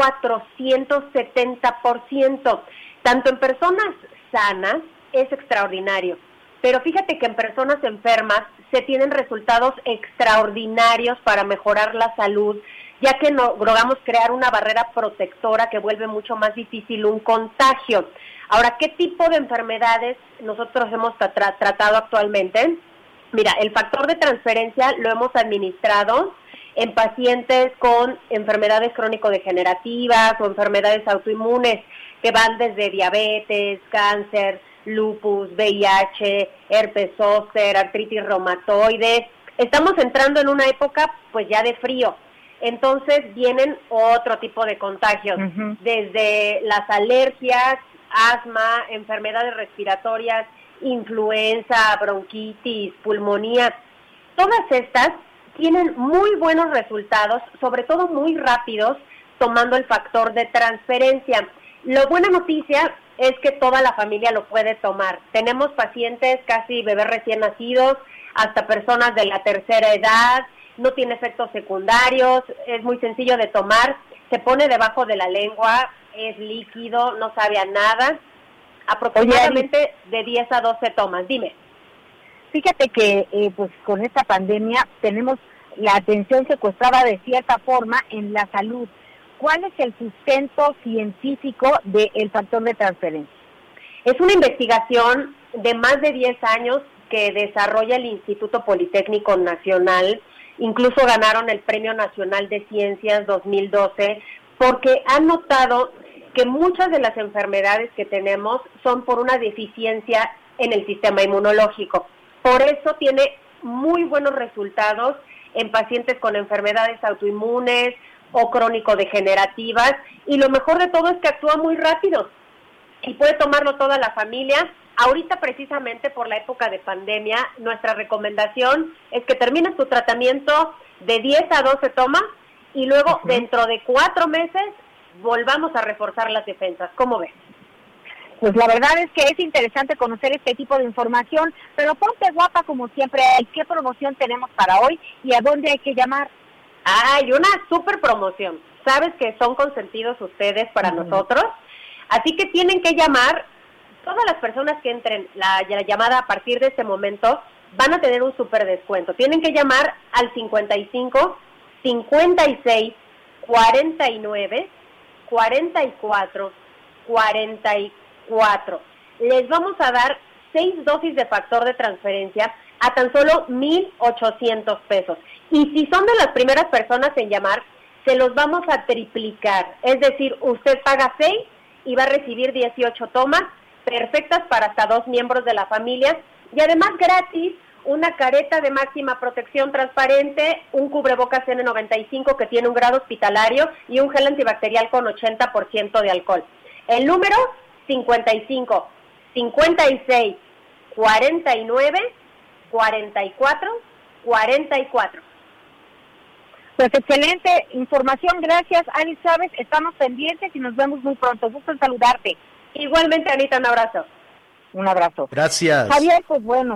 470%. Tanto en personas sanas es extraordinario, pero fíjate que en personas enfermas se tienen resultados extraordinarios para mejorar la salud, ya que logramos crear una barrera protectora que vuelve mucho más difícil un contagio. Ahora, ¿qué tipo de enfermedades nosotros hemos tratado actualmente? Mira, el factor de transferencia lo hemos administrado en pacientes con enfermedades crónico-degenerativas o enfermedades autoinmunes que van desde diabetes, cáncer, lupus, VIH, herpes zóster, artritis reumatoide. Estamos entrando en una época pues ya de frío, entonces vienen otro tipo de contagios, desde las alergias, asma, enfermedades respiratorias, influenza, bronquitis, pulmonía. Todas estas tienen muy buenos resultados, sobre todo muy rápidos, tomando el factor de transferencia. La buena noticia es que toda la familia lo puede tomar. Tenemos pacientes, casi bebés recién nacidos, hasta personas de la tercera edad, no tiene efectos secundarios, es muy sencillo de tomar, se pone debajo de la lengua, es líquido, no sabe a nada, aproximadamente de 10 a 12 tomas. Dime. Fíjate que pues con esta pandemia tenemos la atención secuestrada de cierta forma en la salud. ¿Cuál es el sustento científico del factor de transferencia? Es una investigación de más de 10 años que desarrolla el Instituto Politécnico Nacional. Incluso ganaron el Premio Nacional de Ciencias 2012 porque han notado que muchas de las enfermedades que tenemos son por una deficiencia en el sistema inmunológico. Por eso tiene muy buenos resultados en pacientes con enfermedades autoinmunes o crónico-degenerativas, y lo mejor de todo es que actúa muy rápido y puede tomarlo toda la familia. Ahorita, precisamente por la época de pandemia, nuestra recomendación es que termines tu tratamiento de 10 a 12 tomas y luego dentro de 4 meses volvamos a reforzar las defensas. ¿Cómo ves? Pues la verdad es que es interesante conocer este tipo de información, pero ponte guapa como siempre. ¿Qué promoción tenemos para hoy y a dónde hay que llamar? Hay una super promoción. Sabes que son consentidos ustedes para nosotros, así que tienen que llamar. Todas las personas que entren la llamada a partir de este momento van a tener un super descuento. Tienen que llamar al 55 56 49 44 44. Les vamos a dar 6 dosis de factor de transferencia a tan solo 1,800 pesos. Y si son de las primeras personas en llamar, se los vamos a triplicar. Es decir, usted paga 6 y va a recibir 18 tomas, perfectas para hasta 2 miembros de la familia. Y además gratis, una careta de máxima protección transparente, un cubrebocas N95 que tiene un grado hospitalario y un gel antibacterial con 80% de alcohol. El número 55 56 49 44 44. Pues excelente información, gracias Ani Chávez, estamos pendientes y nos vemos muy pronto. Gusto en saludarte. Igualmente, Anita, un abrazo. Un abrazo. Gracias. Javier, pues bueno.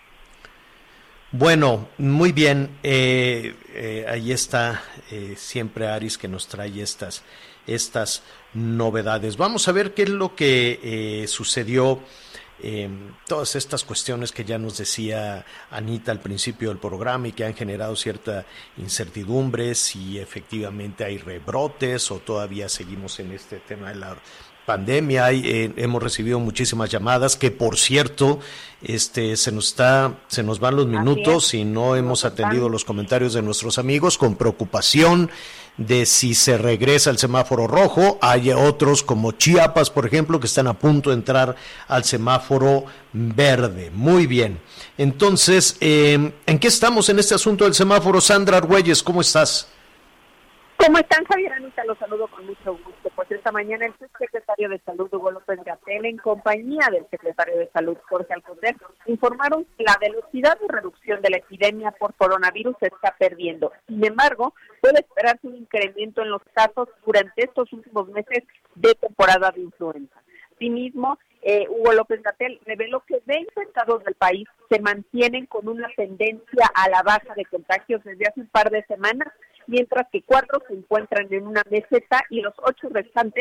Bueno, muy bien. Ahí está siempre Aris que nos trae estas novedades. Vamos a ver qué es lo que sucedió. Todas estas cuestiones que ya nos decía Anita al principio del programa y que han generado cierta incertidumbre, si efectivamente hay rebrotes o todavía seguimos en este tema de la pandemia. Hemos recibido muchísimas llamadas que, por cierto, se nos van los minutos y no hemos atendido los comentarios de nuestros amigos con preocupación de si se regresa al semáforo rojo. Hay otros como Chiapas, por ejemplo, que están a punto de entrar al semáforo verde. Muy bien. Entonces, ¿en qué estamos en este asunto del semáforo? Sandra Argüelles, ¿cómo estás? ¿Cómo están, Javier? Anita, los saludo con mucho gusto. Pues esta mañana el subsecretario de Salud, Hugo López-Gatell, en compañía del secretario de Salud, Jorge Alcocer, informaron que la velocidad de reducción de la epidemia por coronavirus se está perdiendo. Sin embargo, puede esperarse un incremento en los casos durante estos últimos meses de temporada de influenza. Asimismo, Hugo López-Gatell reveló que 20 estados del país se mantienen con una tendencia a la baja de contagios desde hace un par de semanas, mientras que 4 se encuentran en una meseta y los 8 restantes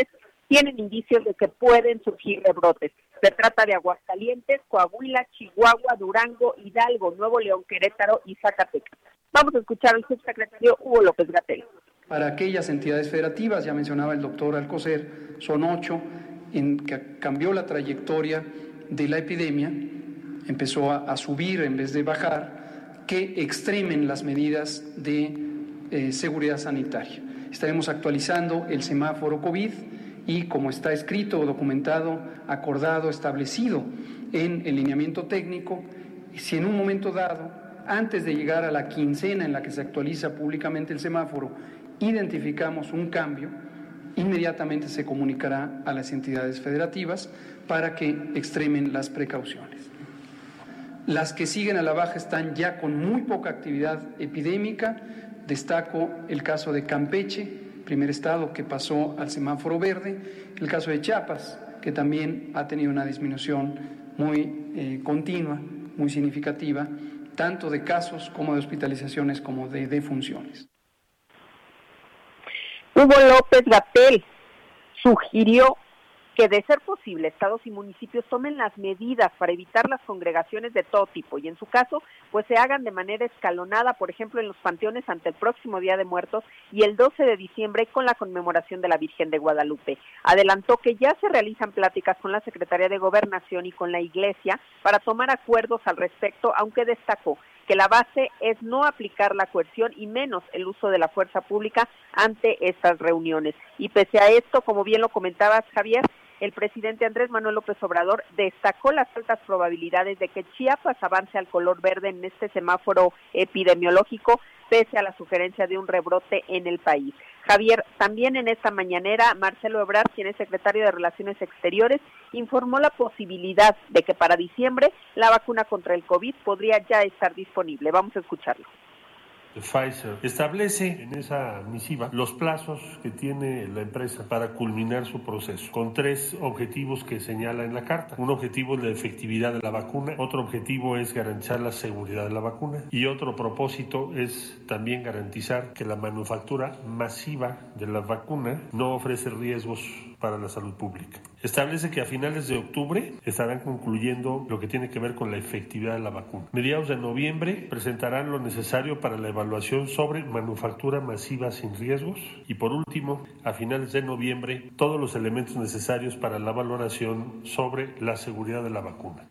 tienen indicios de que pueden surgir rebrotes. Se trata de Aguascalientes, Coahuila, Chihuahua, Durango, Hidalgo, Nuevo León, Querétaro y Zacatecas. Vamos a escuchar al subsecretario Hugo López-Gatell. Para aquellas entidades federativas, ya mencionaba el doctor Alcocer, son 8, en que cambió la trayectoria de la epidemia, empezó a subir en vez de bajar, que extremen las medidas de seguridad sanitaria. Estaremos actualizando el semáforo COVID y, como está escrito, documentado, acordado, establecido en el lineamiento técnico, si en un momento dado, antes de llegar a la quincena en la que se actualiza públicamente el semáforo, identificamos un cambio, inmediatamente se comunicará a las entidades federativas para que extremen las precauciones. Las que siguen a la baja están ya con muy poca actividad epidémica. Destaco el caso de Campeche, primer estado que pasó al semáforo verde, el caso de Chiapas, que también ha tenido una disminución muy continua, muy significativa, tanto de casos como de hospitalizaciones como de defunciones. Hugo López-Gatell sugirió que, de ser posible, estados y municipios tomen las medidas para evitar las congregaciones de todo tipo y, en su caso, pues se hagan de manera escalonada, por ejemplo, en los panteones ante el próximo Día de Muertos y el 12 de diciembre con la conmemoración de la Virgen de Guadalupe. Adelantó que ya se realizan pláticas con la Secretaría de Gobernación y con la Iglesia para tomar acuerdos al respecto, aunque destacó que la base es no aplicar la coerción y menos el uso de la fuerza pública ante estas reuniones. Y pese a esto, como bien lo comentabas, Javier, el presidente Andrés Manuel López Obrador destacó las altas probabilidades de que Chiapas avance al color verde en este semáforo epidemiológico, pese a la sugerencia de un rebrote en el país. Javier, también en esta mañanera, Marcelo Ebrard, quien es secretario de Relaciones Exteriores, informó la posibilidad de que para diciembre la vacuna contra el COVID podría ya estar disponible. Vamos a escucharlo. Pfizer establece en esa misiva los plazos que tiene la empresa para culminar su proceso, con 3 objetivos que señala en la carta. Un objetivo es la efectividad de la vacuna, otro objetivo es garantizar la seguridad de la vacuna y otro propósito es también garantizar que la manufactura masiva de la vacuna no ofrece riesgos para la salud pública. Establece que a finales de octubre estarán concluyendo lo que tiene que ver con la efectividad de la vacuna. Mediados de noviembre presentarán lo necesario para la evaluación sobre manufactura masiva sin riesgos y, por último, a finales de noviembre, todos los elementos necesarios para la valoración sobre la seguridad de la vacuna.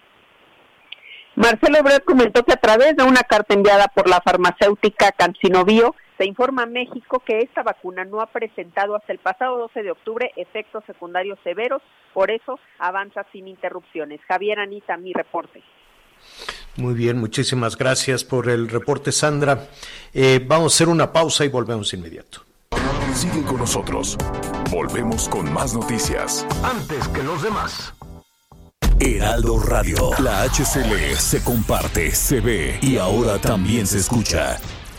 Marcelo Ebrard comentó que a través de una carta enviada por la farmacéutica CanSino se informa a México que esta vacuna no ha presentado hasta el pasado 12 de octubre efectos secundarios severos, por eso avanza sin interrupciones. Javier, Anita, mi reporte. Muy bien, muchísimas gracias por el reporte, Sandra. Vamos a hacer una pausa y volvemos inmediato. Sigue con nosotros. Volvemos con más noticias. Antes que los demás. Heraldo Radio. La HCL se comparte, se ve y ahora también se escucha.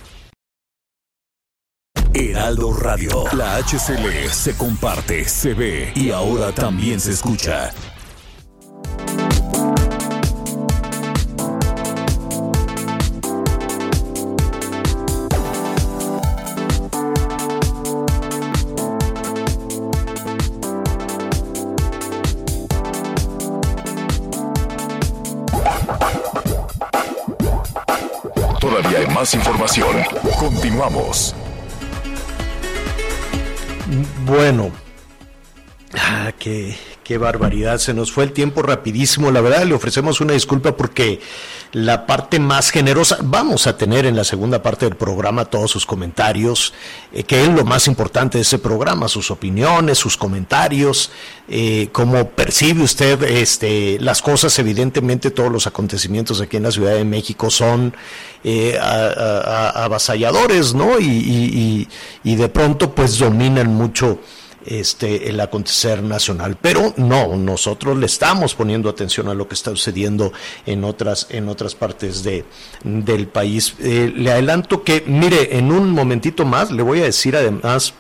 Heraldo Radio. La HCL se comparte, se ve y ahora también se escucha. Todavía hay más información. Continuamos. Bueno, qué barbaridad, se nos fue el tiempo rapidísimo, la verdad le ofrecemos una disculpa porque la parte más generosa, vamos a tener en la segunda parte del programa todos sus comentarios, que es lo más importante de ese programa, sus opiniones, sus comentarios, cómo percibe usted las cosas. Evidentemente todos los acontecimientos aquí en la Ciudad de México son avasalladores, ¿no? Y de pronto pues dominan mucho el acontecer nacional, pero no, nosotros le estamos poniendo atención a lo que está sucediendo en otras partes del país. Le adelanto que, mire, en un momentito más le voy a decir además,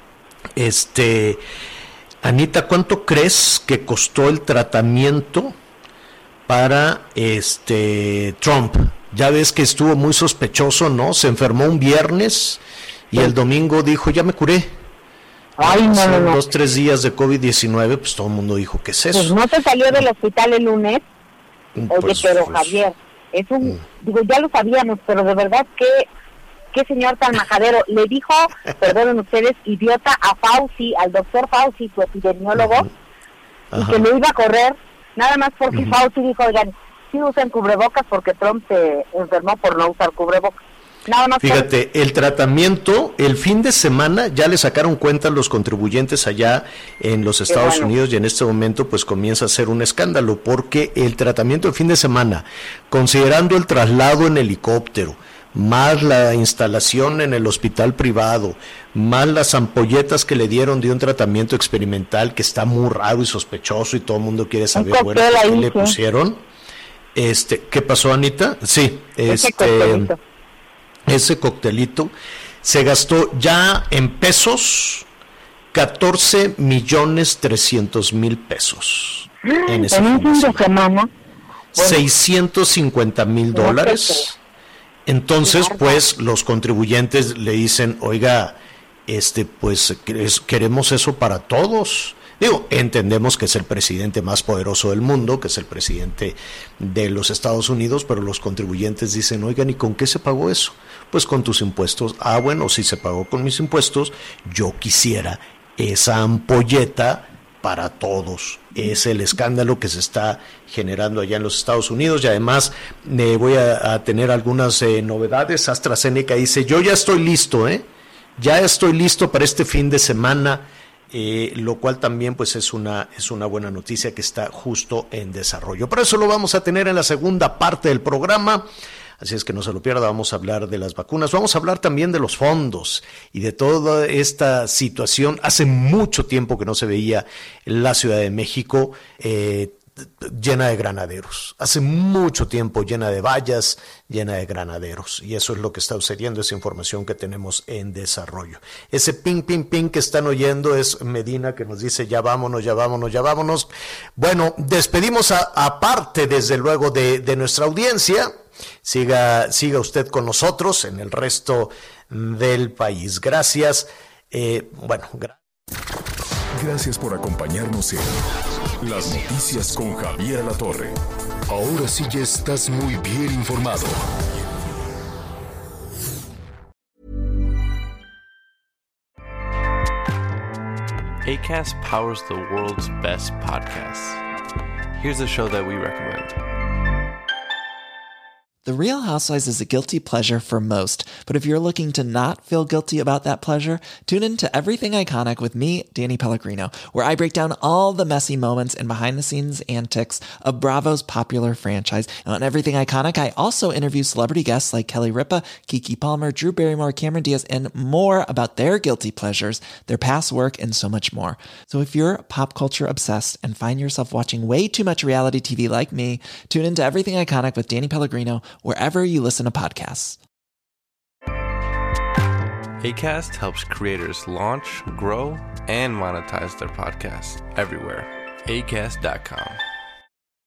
Anita, ¿cuánto crees que costó el tratamiento para Trump? Ya ves que estuvo muy sospechoso, ¿no? Se enfermó un viernes y el domingo dijo, ya me curé. Ay, no. 2-3 días de COVID-19, pues todo el mundo dijo, ¿qué es eso? Pues no se salió del hospital el lunes. Oye, Pues, pero Javier, es un... Digo, ya lo sabíamos, pero de verdad qué señor tan majadero. Le dijo, perdonen ustedes, idiota a Fauci, al doctor Fauci, su epidemiólogo, y que lo iba a correr, nada más porque Fauci dijo, oigan, sí usen cubrebocas porque Trump se enfermó por no usar cubrebocas. Nada más. Fíjate, el tratamiento, el fin de semana ya le sacaron cuenta a los contribuyentes allá en los Estados Unidos, y en este momento pues comienza a ser un escándalo, porque el tratamiento el fin de semana, considerando el traslado en helicóptero, más la instalación en el hospital privado, más las ampolletas que le dieron de un tratamiento experimental que está muy raro y sospechoso y todo el mundo quiere saber, bueno, ¿qué le pusieron? ¿Qué pasó, Anita? Sí, ese coctelito se gastó ya en pesos 14,300,000 pesos en ese un fin de semana. $650,000. Entonces, pues, los contribuyentes le dicen, oiga, pues, queremos eso para todos. Digo, entendemos que es el presidente más poderoso del mundo, que es el presidente de los Estados Unidos, pero los contribuyentes dicen, oigan, ¿y con qué se pagó eso? Pues con tus impuestos. Ah, bueno, si se pagó con mis impuestos, yo quisiera esa ampolleta para todos. Es el escándalo que se está generando allá en los Estados Unidos, y además voy a tener algunas novedades. AstraZeneca dice, yo ya estoy listo, ya estoy listo para este fin de semana, lo cual también pues es una buena noticia que está justo en desarrollo. Pero eso lo vamos a tener en la segunda parte del programa. Así es que no se lo pierda, vamos a hablar de las vacunas, vamos a hablar también de los fondos y de toda esta situación. Hace mucho tiempo que no se veía la Ciudad de México llena de granaderos, hace mucho tiempo llena de vallas, llena de granaderos, y eso es lo que está sucediendo, esa información que tenemos en desarrollo. Ese ping, ping, ping que están oyendo es Medina, que nos dice ya vámonos, ya vámonos, ya vámonos. Bueno, despedimos aparte desde luego de nuestra audiencia. Siga usted con nosotros en el resto del país. Gracias. Gracias por acompañarnos en Las Noticias con Javier Alatorre. Ahora sí ya estás muy bien informado. Acast powers the world's best podcasts. Here's a show that we recommend. The Real Housewives is a guilty pleasure for most, but if you're looking to not feel guilty about that pleasure, tune in to Everything Iconic with me, Danny Pellegrino, where I break down all the messy moments and behind-the-scenes antics of Bravo's popular franchise. And on Everything Iconic, I also interview celebrity guests like Kelly Ripa, Keke Palmer, Drew Barrymore, Cameron Diaz, and more about their guilty pleasures, their past work, and so much more. So if you're pop culture obsessed and find yourself watching way too much reality TV like me, tune into Everything Iconic with Danny Pellegrino, wherever you listen to podcasts. Acast helps creators launch, grow, and monetize their podcasts everywhere. Acast.com.